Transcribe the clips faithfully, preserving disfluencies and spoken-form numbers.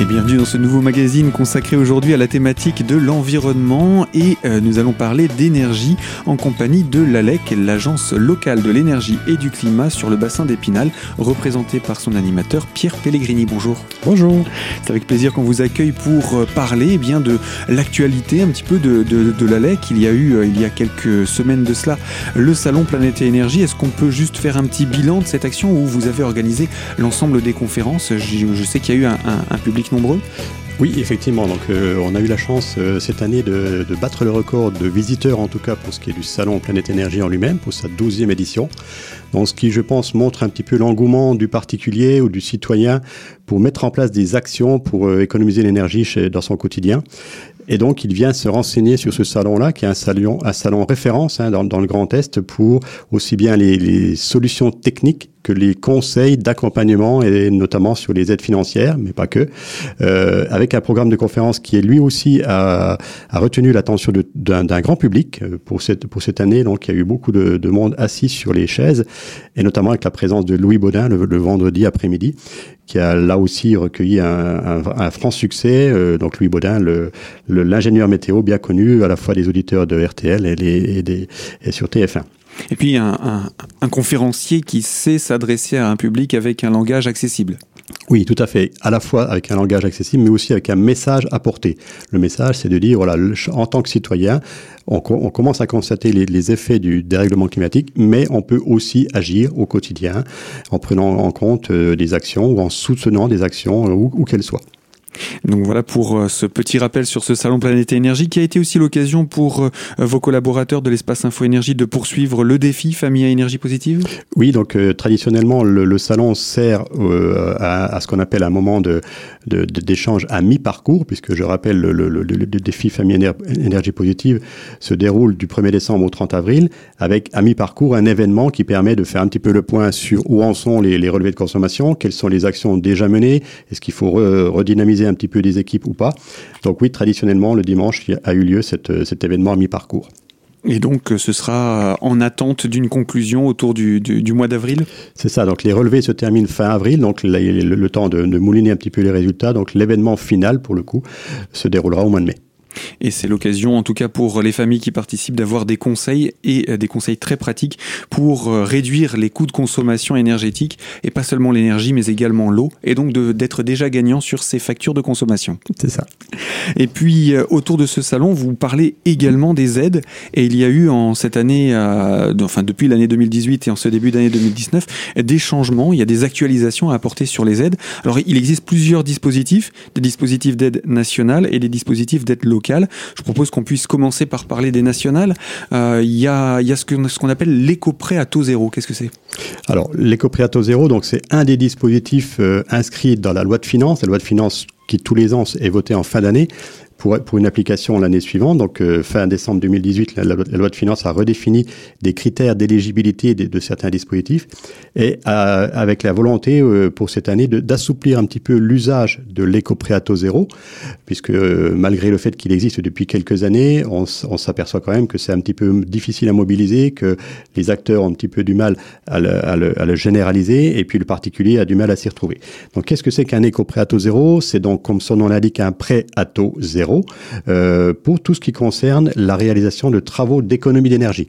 Et bienvenue dans ce nouveau magazine consacré aujourd'hui à la thématique de l'environnement et euh, nous allons parler d'énergie en compagnie de l'A L E C, l'agence locale de l'énergie et du climat sur le bassin d'Épinal, représentée par son animateur Pierre Pellegrini. Bonjour. Bonjour. C'est avec plaisir qu'on vous accueille pour euh, parler eh bien, de l'actualité un petit peu de, de, de l'A L E C. Il y a eu, euh, il y a quelques semaines de cela, le salon Planète et Énergie. Est-ce qu'on peut juste faire un petit bilan de cette action où vous avez organisé l'ensemble des conférences? Je, je sais qu'il y a eu un, un, un public nombreux. Oui, effectivement. Donc, euh, on a eu la chance euh, cette année de, de battre le record de visiteurs, en tout cas pour ce qui est du salon Planète Énergie en lui-même, pour sa douzième édition. Donc, ce qui, je pense, montre un petit peu l'engouement du particulier ou du citoyen pour mettre en place des actions pour euh, économiser l'énergie chez, dans son quotidien. Et donc, il vient se renseigner sur ce salon-là, qui est un salon, un salon référence hein, dans, dans le Grand Est pour aussi bien les, les solutions techniques que les conseils d'accompagnement et notamment sur les aides financières, mais pas que, euh, avec un programme de conférence qui est lui aussi a, a retenu l'attention de, d'un, d'un grand public pour cette, pour cette année. Donc, il y a eu beaucoup de, de monde assis sur les chaises et notamment avec la présence de Louis Baudin le, le vendredi après-midi, qui a là aussi recueilli un, un, un franc succès. Euh, donc Louis Baudin, le, le, l'ingénieur météo bien connu à la fois des auditeurs de R T L et, les, et, des, et sur T F un. Et puis un, un, un conférencier qui sait s'adresser à un public avec un langage accessible. Oui, tout à fait. À la fois avec un langage accessible, mais aussi avec un message à porter. Le message, c'est de dire, voilà, en tant que citoyen, on, on commence à constater les, les effets du dérèglement climatique, mais on peut aussi agir au quotidien en prenant en compte euh, des actions ou en soutenant des actions, euh, où, où qu'elles soient. Donc voilà pour euh, ce petit rappel sur ce salon Planète et Énergie qui a été aussi l'occasion pour euh, vos collaborateurs de l'espace Info Énergie de poursuivre le défi Famille à énergie positive. Oui, donc euh, traditionnellement le, le salon sert euh, à, à ce qu'on appelle un moment de, de, de d'échange à mi-parcours, puisque je rappelle le, le, le, le défi Famille à énergie positive se déroule du premier décembre au trente avril, avec à mi-parcours un événement qui permet de faire un petit peu le point sur où en sont les, les relevés de consommation, quelles sont les actions déjà menées, est-ce qu'il faut re, redynamiser un petit peu des équipes ou pas. Donc oui, traditionnellement, le dimanche a eu lieu cet, cet événement à mi-parcours. Et donc, ce sera en attente d'une conclusion autour du, du, du mois d'avril? C'est ça. Donc, les relevés se terminent fin avril. Donc, là, il y a le, le temps de, de mouliner un petit peu les résultats. Donc, l'événement final, pour le coup, se déroulera au mois de mai. Et c'est l'occasion, en tout cas pour les familles qui participent, d'avoir des conseils et des conseils très pratiques pour réduire les coûts de consommation énergétique et pas seulement l'énergie mais également l'eau et donc de, d'être déjà gagnant sur ces factures de consommation. C'est ça. Et puis autour de ce salon, vous parlez également des aides et il y a eu en cette année, euh, enfin depuis l'année deux mille dix-huit et en ce début d'année deux mille dix-neuf, des changements, il y a des actualisations à apporter sur les aides. Alors il existe plusieurs dispositifs, des dispositifs d'aide nationale et des dispositifs d'aide locale. Je propose qu'on puisse commencer par parler des nationales. Euh, il y a, il y a ce, que, ce qu'on appelle l'éco-prêt à taux zéro. Qu'est-ce que c'est ? Alors, l'éco-prêt à taux zéro, donc, c'est un des dispositifs euh, inscrits dans la loi de finances, la loi de finances qui tous les ans est votée en fin d'année. Pour, pour une application l'année suivante, donc euh, fin décembre deux mille dix-huit, la, la, la loi de finances a redéfini des critères d'éligibilité de, de certains dispositifs et a, avec la volonté euh, pour cette année de, d'assouplir un petit peu l'usage de l'éco-prêt à taux zéro, puisque euh, malgré le fait qu'il existe depuis quelques années, on, on s'aperçoit quand même que c'est un petit peu difficile à mobiliser, que les acteurs ont un petit peu du mal à le, à le, à le généraliser et puis le particulier a du mal à s'y retrouver. Donc qu'est-ce que c'est qu'un éco-prêt à taux zéro ? C'est donc, comme son nom l'indique, un prêt à taux zéro. Euh, pour tout ce qui concerne la réalisation de travaux d'économie d'énergie.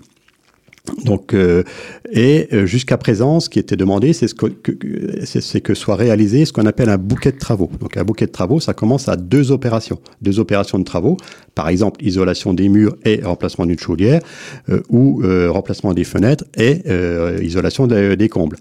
Donc, euh, et euh, jusqu'à présent, ce qui était demandé, c'est, ce que, que, c'est, c'est que soit réalisé ce qu'on appelle un bouquet de travaux. Donc, un bouquet de travaux, ça commence à deux opérations. Deux opérations de travaux, par exemple, isolation des murs et remplacement d'une chaudière, euh, ou euh, remplacement des fenêtres et euh, isolation de, des combles.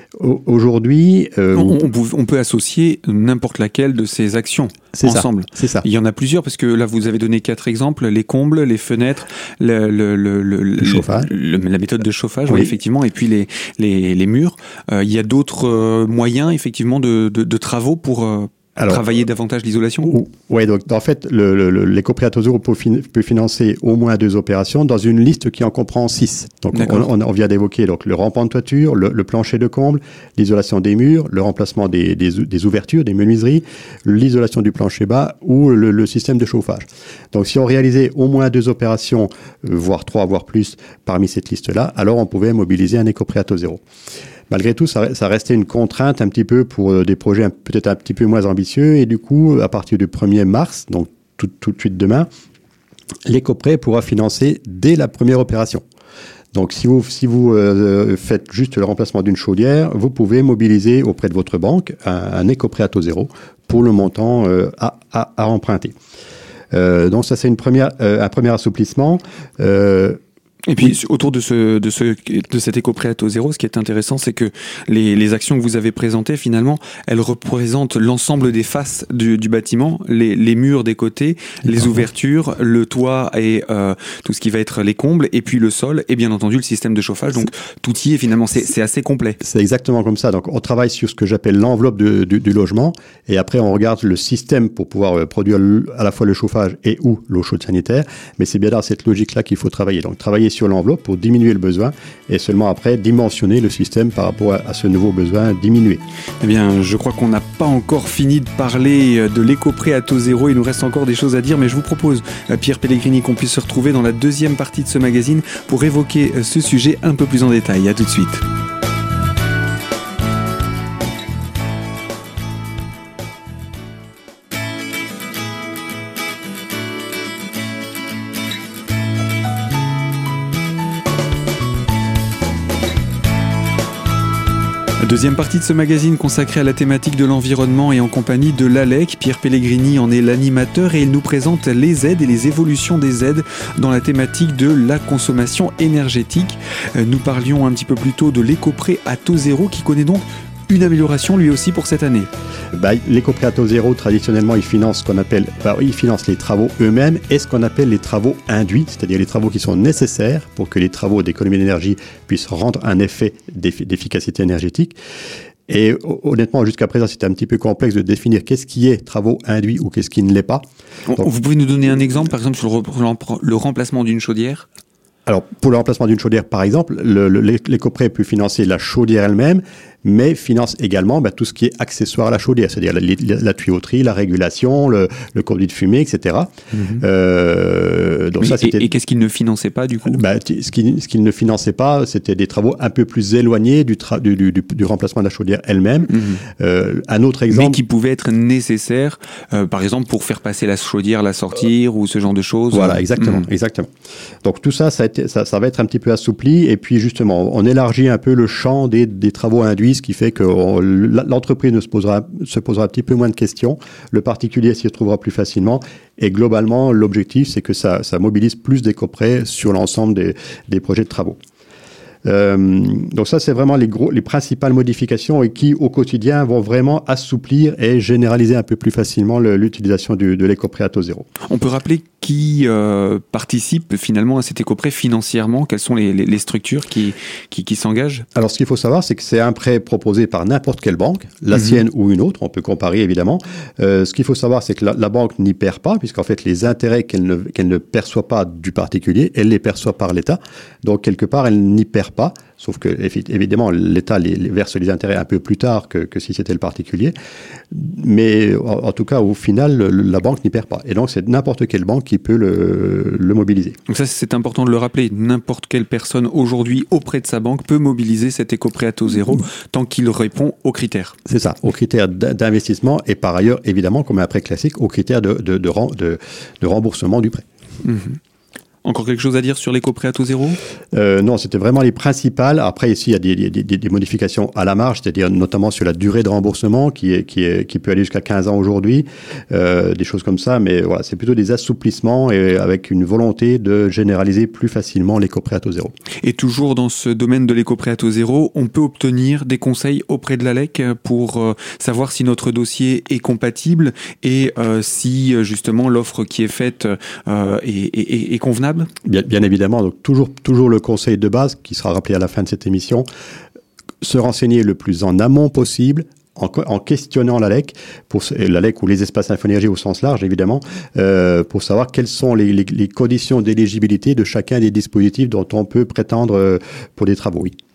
Aujourd'hui, euh, on, on, on peut associer n'importe laquelle de ces actions c'est ensemble. Ça, c'est ça. Il y en a plusieurs parce que là vous avez donné quatre exemples, les combles, les fenêtres, le, le, le, le, le chauffage, le, la méthode de chauffage, oui. Oui, effectivement, et puis les les, les murs. Euh, il y a d'autres euh, moyens effectivement de, de, de travaux pour euh, Alors, travailler davantage l'isolation. Oui, donc en fait, le, le, l'éco-prêt à taux zéro peut, fin, peut financer au moins deux opérations dans une liste qui en comprend six. Donc on, on, on vient d'évoquer donc le rempart de toiture, le, le plancher de comble, l'isolation des murs, le remplacement des, des, des ouvertures, des menuiseries, l'isolation du plancher bas ou le, le système de chauffage. Donc si on réalisait au moins deux opérations, voire trois, voire plus, parmi cette liste-là, alors on pouvait mobiliser un éco-prêt à taux zéro. Malgré tout, ça, ça restait une contrainte un petit peu pour euh, des projets un, peut-être un petit peu moins ambitieux. Et du coup, à partir du premier mars, donc tout, tout de suite demain, l'éco-prêt pourra financer dès la première opération. Donc, si vous, si vous euh, faites juste le remplacement d'une chaudière, vous pouvez mobiliser auprès de votre banque un, un éco-prêt à taux zéro pour le montant euh, à, à, à emprunter. Euh, donc, ça, c'est une première, euh, un premier assouplissement. Euh, Et puis oui. autour de ce de ce de cet éco-prêt à taux zéro, ce qui est intéressant, c'est que les les actions que vous avez présentées, finalement, elles représentent l'ensemble des faces du, du bâtiment, les les murs des côtés, les ouvertures, le toit et euh, tout ce qui va être les combles, et puis le sol et bien entendu le système de chauffage. Donc tout y est finalement, c'est c'est assez complet. C'est exactement comme ça. Donc on travaille sur ce que j'appelle l'enveloppe de, du, du logement, et après on regarde le système pour pouvoir produire à la fois le chauffage et ou l'eau chaude sanitaire. Mais c'est bien dans cette logique-là qu'il faut travailler. Donc travailler sur l'enveloppe pour diminuer le besoin et seulement après dimensionner le système par rapport à, à ce nouveau besoin diminué. Eh bien, je crois qu'on n'a pas encore fini de parler de l'éco-prêt à taux zéro. Il nous reste encore des choses à dire, mais je vous propose, Pierre Pellegrini, qu'on puisse se retrouver dans la deuxième partie de ce magazine pour évoquer ce sujet un peu plus en détail. À tout de suite. Deuxième partie de ce magazine consacrée à la thématique de l'environnement et en compagnie de l'A L E C. Pierre Pellegrini en est l'animateur et il nous présente les aides et les évolutions des aides dans la thématique de la consommation énergétique. Nous parlions un petit peu plus tôt de l'éco-prêt à taux zéro qui connaît donc une amélioration lui aussi pour cette année. Bah, l'éco-prêt à taux zéro, traditionnellement, il finance ce qu'on appelle, bah, il finance les travaux eux-mêmes et ce qu'on appelle les travaux induits, c'est-à-dire les travaux qui sont nécessaires pour que les travaux d'économie d'énergie puissent rendre un effet d'eff- d'efficacité énergétique. Et honnêtement, jusqu'à présent, c'était un petit peu complexe de définir qu'est-ce qui est travaux induits ou qu'est-ce qui ne l'est pas. Donc, vous pouvez nous donner un exemple, par exemple, sur le, le remplacement d'une chaudière ? Alors, pour le remplacement d'une chaudière, par exemple, le, le, l'éco-prêt peut financer la chaudière elle-même, mais finance également bah, tout ce qui est accessoire à la chaudière, c'est-à-dire la, la, la tuyauterie, la régulation, le, le conduit de fumée, et cetera. Mm-hmm. Euh, donc mais ça, et, c'était... et qu'est-ce qu'il ne finançait pas, du coup ? bah, ce, qu'il, ce qu'il ne finançait pas, c'était des travaux un peu plus éloignés du, tra- du, du, du, du remplacement de la chaudière elle-même. Mm-hmm. Euh, un autre exemple... Mais qui pouvait être nécessaire, euh, par exemple, pour faire passer la chaudière, la sortir, euh, ou ce genre de choses. Voilà, exactement, mm-hmm. exactement. Donc tout ça ça, a été, ça, ça va être un petit peu assoupli, et puis justement, on élargit un peu le champ des, des travaux induits, ce qui fait que on, l'entreprise ne se posera, se posera un petit peu moins de questions, le particulier s'y retrouvera plus facilement, et globalement, l'objectif, c'est que ça, ça mobilise plus d'éco-prêts sur l'ensemble des, des projets de travaux. Euh, donc ça, c'est vraiment les, gros, les principales modifications et qui, au quotidien, vont vraiment assouplir et généraliser un peu plus facilement le, l'utilisation du, de l'éco-prêt à taux zéro. On peut rappeler qui euh, participe finalement à cet éco-prêt financièrement ? Quelles sont les, les, les structures qui, qui, qui s'engagent ? Alors, ce qu'il faut savoir, c'est que c'est un prêt proposé par n'importe quelle banque, la mmh. sienne ou une autre, on peut comparer évidemment. Euh, ce qu'il faut savoir, c'est que la, la banque n'y perd pas, puisqu'en fait, les intérêts qu'elle ne, qu'elle ne perçoit pas du particulier, elle les perçoit par l'État. Donc, quelque part, elle n'y perd pas. Sauf que, évidemment, l'État les, les verse les intérêts un peu plus tard que, que si c'était le particulier. Mais en, en tout cas, au final, le, la banque n'y perd pas. Et donc, c'est n'importe quelle banque qui peut le, le mobiliser. Donc ça, c'est important de le rappeler. N'importe quelle personne aujourd'hui auprès de sa banque peut mobiliser cet éco-prêt à taux zéro tant qu'il répond aux critères. C'est ça, aux critères d'investissement et par ailleurs, évidemment, comme un prêt classique, aux critères de, de, de, de, de remboursement du prêt. Mmh. Encore quelque chose à dire sur l'éco-prêt à taux zéro ? euh, Non, c'était vraiment les principales. Après, ici, il y a des, des, des, des modifications à la marge, c'est-à-dire notamment sur la durée de remboursement qui, est, qui, est, qui peut aller jusqu'à quinze ans aujourd'hui, euh, des choses comme ça. Mais voilà, c'est plutôt des assouplissements et avec une volonté de généraliser plus facilement l'éco-prêt à taux zéro. Et toujours dans ce domaine de l'éco-prêt à taux zéro, on peut obtenir des conseils auprès de l'A L E C pour euh, savoir si notre dossier est compatible et euh, si justement l'offre qui est faite euh, est, est, est convenable ? Bien, bien évidemment, donc toujours, toujours le conseil de base qui sera rappelé à la fin de cette émission, se renseigner le plus en amont possible, en, en questionnant l'A L E C, pour, l'A L E C ou les espaces Infoénergie au sens large évidemment, euh, pour savoir quelles sont les, les, les conditions d'éligibilité de chacun des dispositifs dont on peut prétendre euh, pour des travaux. Oui.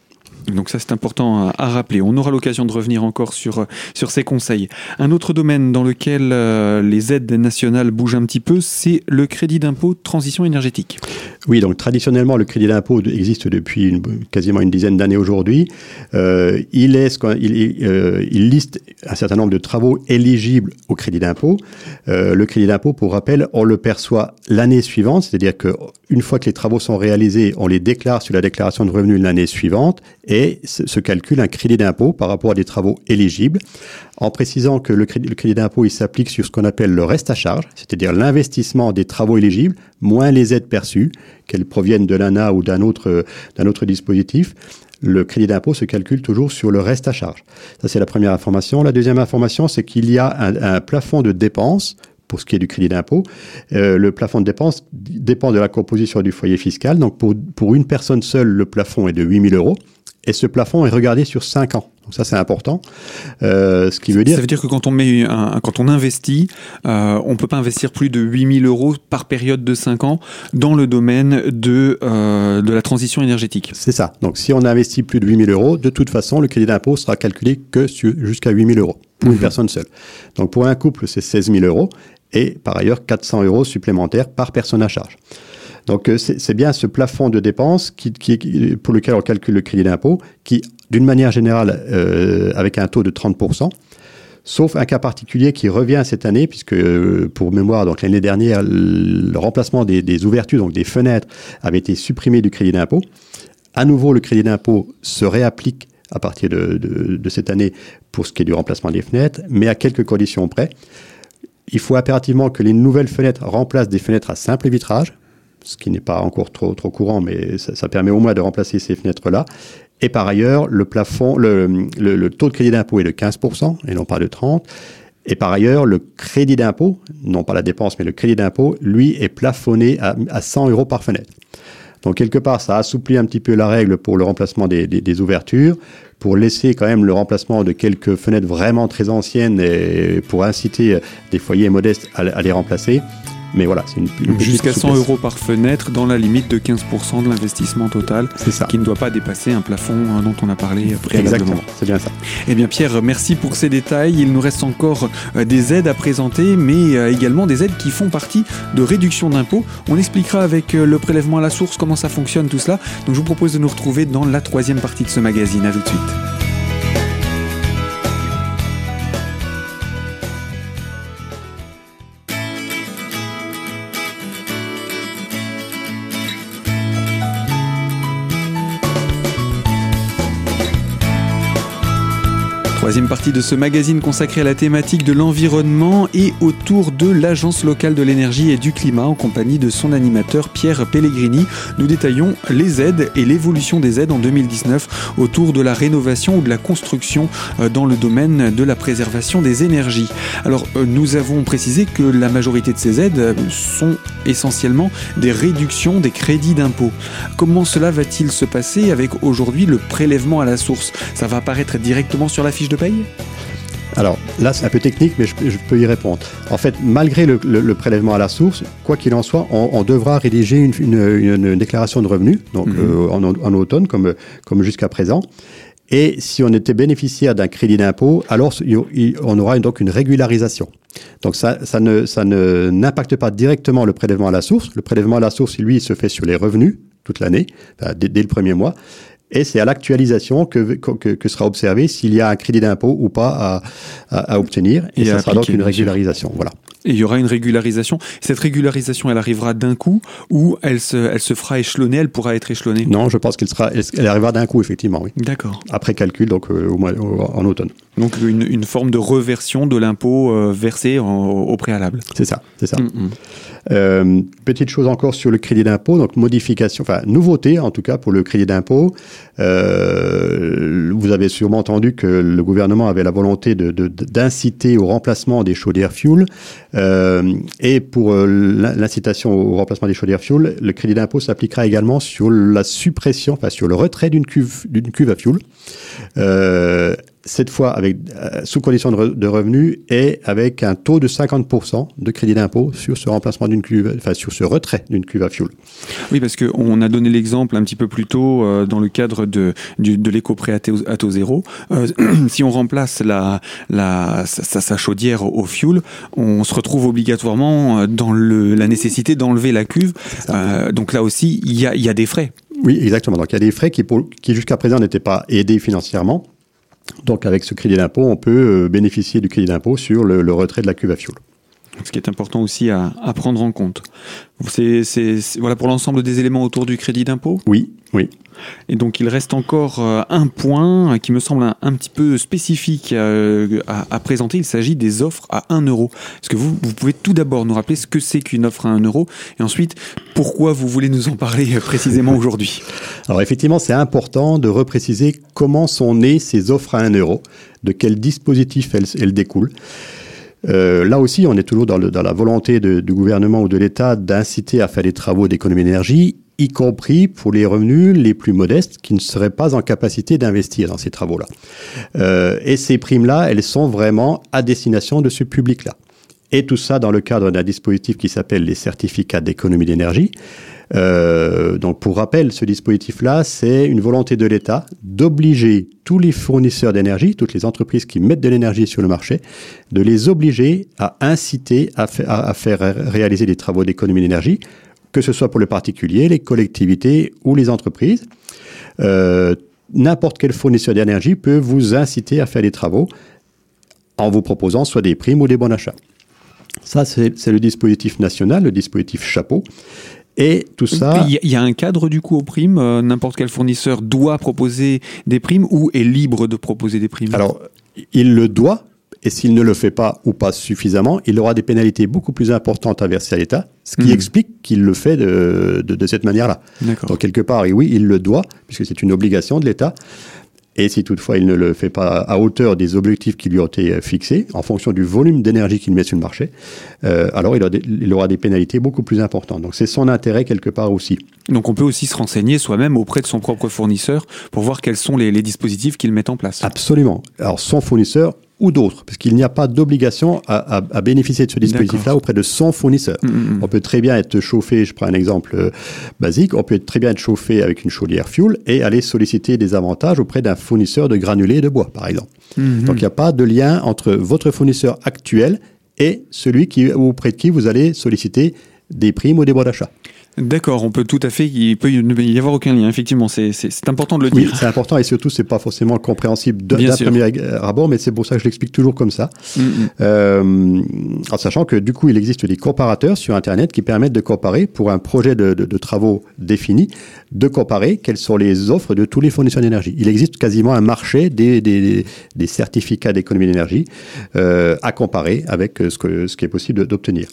Donc ça, c'est important à, à rappeler. On aura l'occasion de revenir encore sur, sur ces conseils. Un autre domaine dans lequel euh, les aides nationales bougent un petit peu, c'est le crédit d'impôt de transition énergétique. Oui, donc traditionnellement, le crédit d'impôt existe depuis une, quasiment une dizaine d'années aujourd'hui. Euh, il, est, il, euh, il liste un certain nombre de travaux éligibles au crédit d'impôt. Euh, le crédit d'impôt, pour rappel, on le perçoit l'année suivante, c'est-à-dire qu'une fois que les travaux sont réalisés, on les déclare sur la déclaration de revenus de l'année suivante et se calcule un crédit d'impôt par rapport à des travaux éligibles, en précisant que le crédit, le crédit d'impôt il s'applique sur ce qu'on appelle le reste à charge, c'est-à-dire l'investissement des travaux éligibles, moins les aides perçues, qu'elles proviennent de l'A N A ou d'un autre, d'un autre dispositif. Le crédit d'impôt se calcule toujours sur le reste à charge. Ça, c'est la première information. La deuxième information, c'est qu'il y a un, un plafond de dépenses pour ce qui est du crédit d'impôt. Euh, le plafond de dépenses dépend de la composition du foyer fiscal. Donc, pour, pour une personne seule, le plafond est de huit mille euros. Et ce plafond est regardé sur cinq ans. Donc ça, c'est important. Euh, ce qui veut dire... Ça veut dire que quand on, met un, quand on investit, euh, on ne peut pas investir plus de huit mille euros par période de cinq ans dans le domaine de, euh, de la transition énergétique. C'est ça. Donc si on investit plus de huit mille euros, de toute façon, le crédit d'impôt sera calculé que sur, jusqu'à huit mille euros pour mmh. une personne seule. Donc pour un couple, c'est seize mille euros et par ailleurs quatre cents euros supplémentaires par personne à charge. Donc c'est, c'est bien ce plafond de dépenses qui, qui, pour lequel on calcule le crédit d'impôt, qui, d'une manière générale, euh, avec un taux de trente pour cent, sauf un cas particulier qui revient cette année, puisque euh, pour mémoire, donc l'année dernière, le remplacement des, des ouvertures, donc des fenêtres, avait été supprimé du crédit d'impôt. À nouveau, le crédit d'impôt se réapplique à partir de, de, de cette année pour ce qui est du remplacement des fenêtres, mais à quelques conditions près. Il faut impérativement que les nouvelles fenêtres remplacent des fenêtres à simple vitrage, ce qui n'est pas encore trop, trop courant, mais ça, ça permet au moins de remplacer ces fenêtres-là. Et par ailleurs, le plafond, le, le, le taux de crédit d'impôt est de quinze pour cent et non pas de trente pour cent. Et par ailleurs, le crédit d'impôt, non pas la dépense, mais le crédit d'impôt, lui, est plafonné à, à cent euros par fenêtre. Donc, quelque part, ça assouplit un petit peu la règle pour le remplacement des, des, des ouvertures, pour laisser quand même le remplacement de quelques fenêtres vraiment très anciennes et pour inciter des foyers modestes à, à les remplacer. Mais voilà, c'est une, une jusqu'à cent euros par fenêtre dans la limite de quinze pour cent de l'investissement total, c'est ça, qui ne doit pas dépasser un plafond dont on a parlé préalablement. Exactement, c'est bien ça. Eh bien Pierre, merci pour ces détails. Il nous reste encore des aides à présenter, mais également des aides qui font partie de réduction d'impôts. On expliquera avec le prélèvement à la source comment ça fonctionne tout cela. Donc je vous propose de nous retrouver dans la troisième partie de ce magazine. À tout de suite. Troisième partie de ce magazine consacré à la thématique de l'environnement et autour de l'Agence locale de l'énergie et du climat en compagnie de son animateur Pierre Pellegrini. Nous détaillons les aides et l'évolution des aides en deux mille dix-neuf autour de la rénovation ou de la construction dans le domaine de la préservation des énergies. Alors nous avons précisé que la majorité de ces aides sont essentiellement des réductions des crédits d'impôt. Comment cela va-t-il se passer avec aujourd'hui le prélèvement à la source ? Ça va apparaître directement sur la fiche de paye ? Alors là, c'est un peu technique, mais je, je peux y répondre. En fait, malgré le, le, le prélèvement à la source, quoi qu'il en soit, on, on devra rédiger une, une, une déclaration de revenus, donc mmh. euh, en, en automne, comme, comme jusqu'à présent. Et si on était bénéficiaire d'un crédit d'impôt, alors on aura donc une régularisation. Donc ça, ça ne, ça ne n'impacte pas directement le prélèvement à la source. Le prélèvement à la source, lui, il se fait sur les revenus toute l'année, enfin, dès, dès le premier mois. Et c'est à l'actualisation que, que, que sera observé s'il y a un crédit d'impôt ou pas à, à, à obtenir. Et, et ça sera donc une régularisation. Voilà. Et il y aura une régularisation. Cette régularisation, elle arrivera d'un coup ou elle se, elle se fera échelonner, elle pourra être échelonnée ? Non, je pense qu'elle sera, elle, elle arrivera d'un coup, effectivement, oui. D'accord. Après calcul, donc euh, au mois, au, en automne. Donc une, une forme de reversion de l'impôt euh, versé en, au préalable. C'est ça, c'est ça. Mm-hmm. Euh, petite chose encore sur le crédit d'impôt, donc modification, enfin nouveauté en tout cas pour le crédit d'impôt. Euh, vous avez sûrement entendu que le gouvernement avait la volonté de, de, d'inciter au remplacement des chaudières fuel. Euh, et pour euh, l'incitation au remplacement des chaudières fuel, le crédit d'impôt s'appliquera également sur la suppression, enfin sur le retrait d'une cuve, d'une cuve à fuel. Euh, cette fois avec, euh, sous condition de, re, de revenus et avec un taux de cinquante pour cent de crédit d'impôt sur ce remplacement d'une cuve, enfin sur ce retrait d'une cuve à fioul. Oui, parce qu'on a donné l'exemple un petit peu plus tôt euh, dans le cadre de, du, de l'éco-prêt à taux, à taux zéro. Euh, si on remplace la, la, sa, sa chaudière au fioul, on se retrouve obligatoirement dans le, la nécessité d'enlever la cuve. Euh, donc là aussi, il y a, y a des frais. Oui, exactement. Donc il y a des frais qui, pour, qui jusqu'à présent n'étaient pas aidés financièrement. Donc, avec ce crédit d'impôt, on peut bénéficier du crédit d'impôt sur le, le retrait de la cuve à fioul. Ce qui est important aussi à, à prendre en compte. C'est, c'est, c'est, voilà pour l'ensemble des éléments autour du crédit d'impôt ? Oui, oui. Et donc, il reste encore un point qui me semble un, un petit peu spécifique à, à, à présenter. Il s'agit des offres à un euro. Est-ce que vous, vous pouvez tout d'abord nous rappeler ce que c'est qu'une offre à un euro et ensuite, pourquoi vous voulez nous en parler précisément aujourd'hui ? Alors, effectivement, c'est important de repréciser comment sont nées ces offres à un euro, de quel dispositif elles, elles découlent. Euh, là aussi, on est toujours dans, le, dans la volonté de, du gouvernement ou de l'État d'inciter à faire des travaux d'économie d'énergie, y compris pour les revenus les plus modestes qui ne seraient pas en capacité d'investir dans ces travaux-là. Euh, et ces primes-là, elles sont vraiment à destination de ce public-là. Et tout ça dans le cadre d'un dispositif qui s'appelle les certificats d'économie d'énergie. Euh, donc, pour rappel, ce dispositif-là, c'est une volonté de l'État d'obliger tous les fournisseurs d'énergie, toutes les entreprises qui mettent de l'énergie sur le marché, de les obliger à inciter à, fa- à faire réaliser des travaux d'économie d'énergie, que ce soit pour le particulier, les collectivités ou les entreprises. Euh, n'importe quel fournisseur d'énergie peut vous inciter à faire des travaux en vous proposant soit des primes ou des bons d'achat. Ça, c'est, c'est le dispositif national, le dispositif chapeau. Et tout ça... Il y a un cadre du coup aux primes. Euh, n'importe quel fournisseur doit proposer des primes ou est libre de proposer des primes ? Alors, il le doit. Et s'il ne le fait pas ou pas suffisamment, il aura des pénalités beaucoup plus importantes à verser à l'État, ce qui mmh. explique qu'il le fait de, de, de cette manière-là. D'accord. Donc, quelque part, et oui, il le doit, puisque c'est une obligation de l'État. Et si toutefois il ne le fait pas à hauteur des objectifs qui lui ont été fixés, en fonction du volume d'énergie qu'il met sur le marché, euh, alors il aura, des, il aura des pénalités beaucoup plus importantes. Donc c'est son intérêt quelque part aussi. Donc on peut aussi se renseigner soi-même auprès de son propre fournisseur pour voir quels sont les, les dispositifs qu'il met en place. Absolument. Alors son fournisseur ou d'autres, parce qu'il n'y a pas d'obligation à, à, à bénéficier de ce dispositif-là D'accord. auprès de son fournisseur. Mmh. On peut très bien être chauffé, je prends un exemple euh, basique, on peut très bien être chauffé avec une chaudière fuel et aller solliciter des avantages auprès d'un fournisseur de granulés de bois, par exemple. Mmh. Donc il n'y a pas de lien entre votre fournisseur actuel et celui qui, auprès de qui vous allez solliciter des primes ou des bons d'achat. D'accord, on peut tout à fait, il peut y avoir aucun lien, effectivement, c'est, c'est, c'est important de le dire. Oui, c'est important et surtout, c'est pas forcément compréhensible de, d'un sûr. premier abord, mais c'est pour ça que je l'explique toujours comme ça. Mm-hmm. Euh, en sachant que du coup, il existe des comparateurs sur Internet qui permettent de comparer, pour un projet de, de, de travaux défini, de comparer quelles sont les offres de tous les fournisseurs d'énergie. Il existe quasiment un marché des, des, des certificats d'économie d'énergie euh, à comparer avec ce, que, ce qui est possible d'obtenir.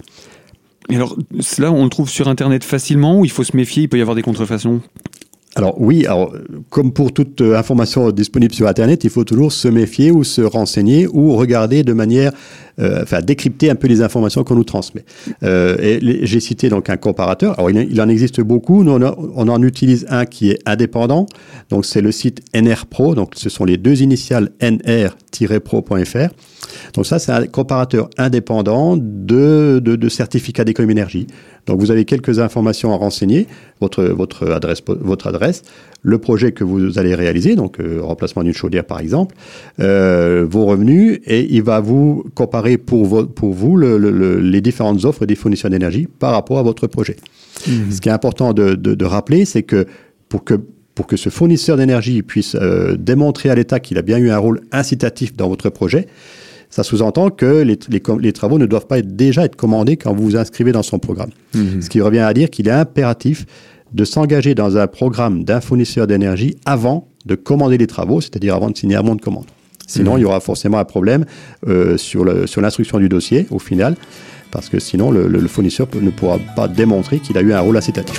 Et alors, cela, on le trouve sur Internet facilement ou il faut se méfier, il peut y avoir des contrefaçons ? Alors oui, alors, comme pour toute information disponible sur Internet, il faut toujours se méfier ou se renseigner ou regarder de manière, euh, enfin décrypter un peu les informations qu'on nous transmet. Euh, et les, j'ai cité donc un comparateur. Alors il, il en existe beaucoup. Nous on, a, on en utilise un qui est indépendant. Donc c'est le site N R Pro. Donc ce sont les deux initiales N R pro point F R. Donc ça c'est un comparateur indépendant de, de, de certificats d'économie d'énergie. Donc vous avez quelques informations à renseigner, votre, votre, adresse, votre adresse, le projet que vous allez réaliser, donc euh, remplacement d'une chaudière par exemple, euh, vos revenus, et il va vous comparer pour, vo- pour vous le, le, le, les différentes offres des fournisseurs d'énergie par rapport à votre projet. Mmh. Ce qui est important de, de, de rappeler, c'est que pour que pour que ce fournisseur d'énergie puisse euh, démontrer à l'État qu'il a bien eu un rôle incitatif dans votre projet, ça sous-entend que les, les, les travaux ne doivent pas être, déjà être commandés quand vous vous inscrivez dans son programme. Mmh. Ce qui revient à dire qu'il est impératif de s'engager dans un programme d'un fournisseur d'énergie avant de commander les travaux, c'est-à-dire avant de signer un bon de commande. Sinon, mmh. il y aura forcément un problème euh, sur, le, sur l'instruction du dossier, au final, parce que sinon, le, le, le fournisseur ne pourra pas démontrer qu'il a eu un rôle incitatif.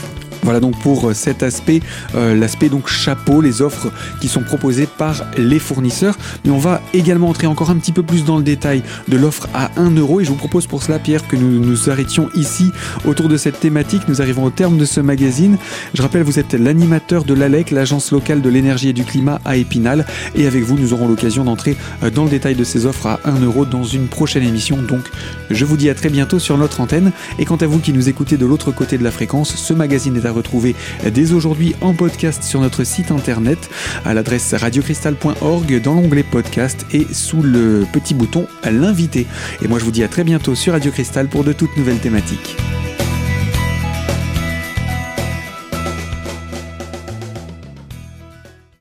Voilà donc pour cet aspect, euh, l'aspect donc chapeau, les offres qui sont proposées par les fournisseurs. Mais on va également entrer encore un petit peu plus dans le détail de l'offre à un euro. Et je vous propose pour cela, Pierre, que nous nous arrêtions ici autour de cette thématique. Nous arrivons au terme de ce magazine. Je rappelle, vous êtes l'animateur de l'A L E C, l'Agence locale de l'énergie et du climat à Épinal. Et avec vous, nous aurons l'occasion d'entrer dans le détail de ces offres à un euro dans une prochaine émission. Donc, je vous dis à très bientôt sur notre antenne. Et quant à vous qui nous écoutez de l'autre côté de la fréquence, ce magazine est à retrouver dès aujourd'hui en podcast sur notre site internet à l'adresse radio cristal point org dans l'onglet podcast et sous le petit bouton l'invité. Et moi je vous dis à très bientôt sur Radio Cristal pour de toutes nouvelles thématiques.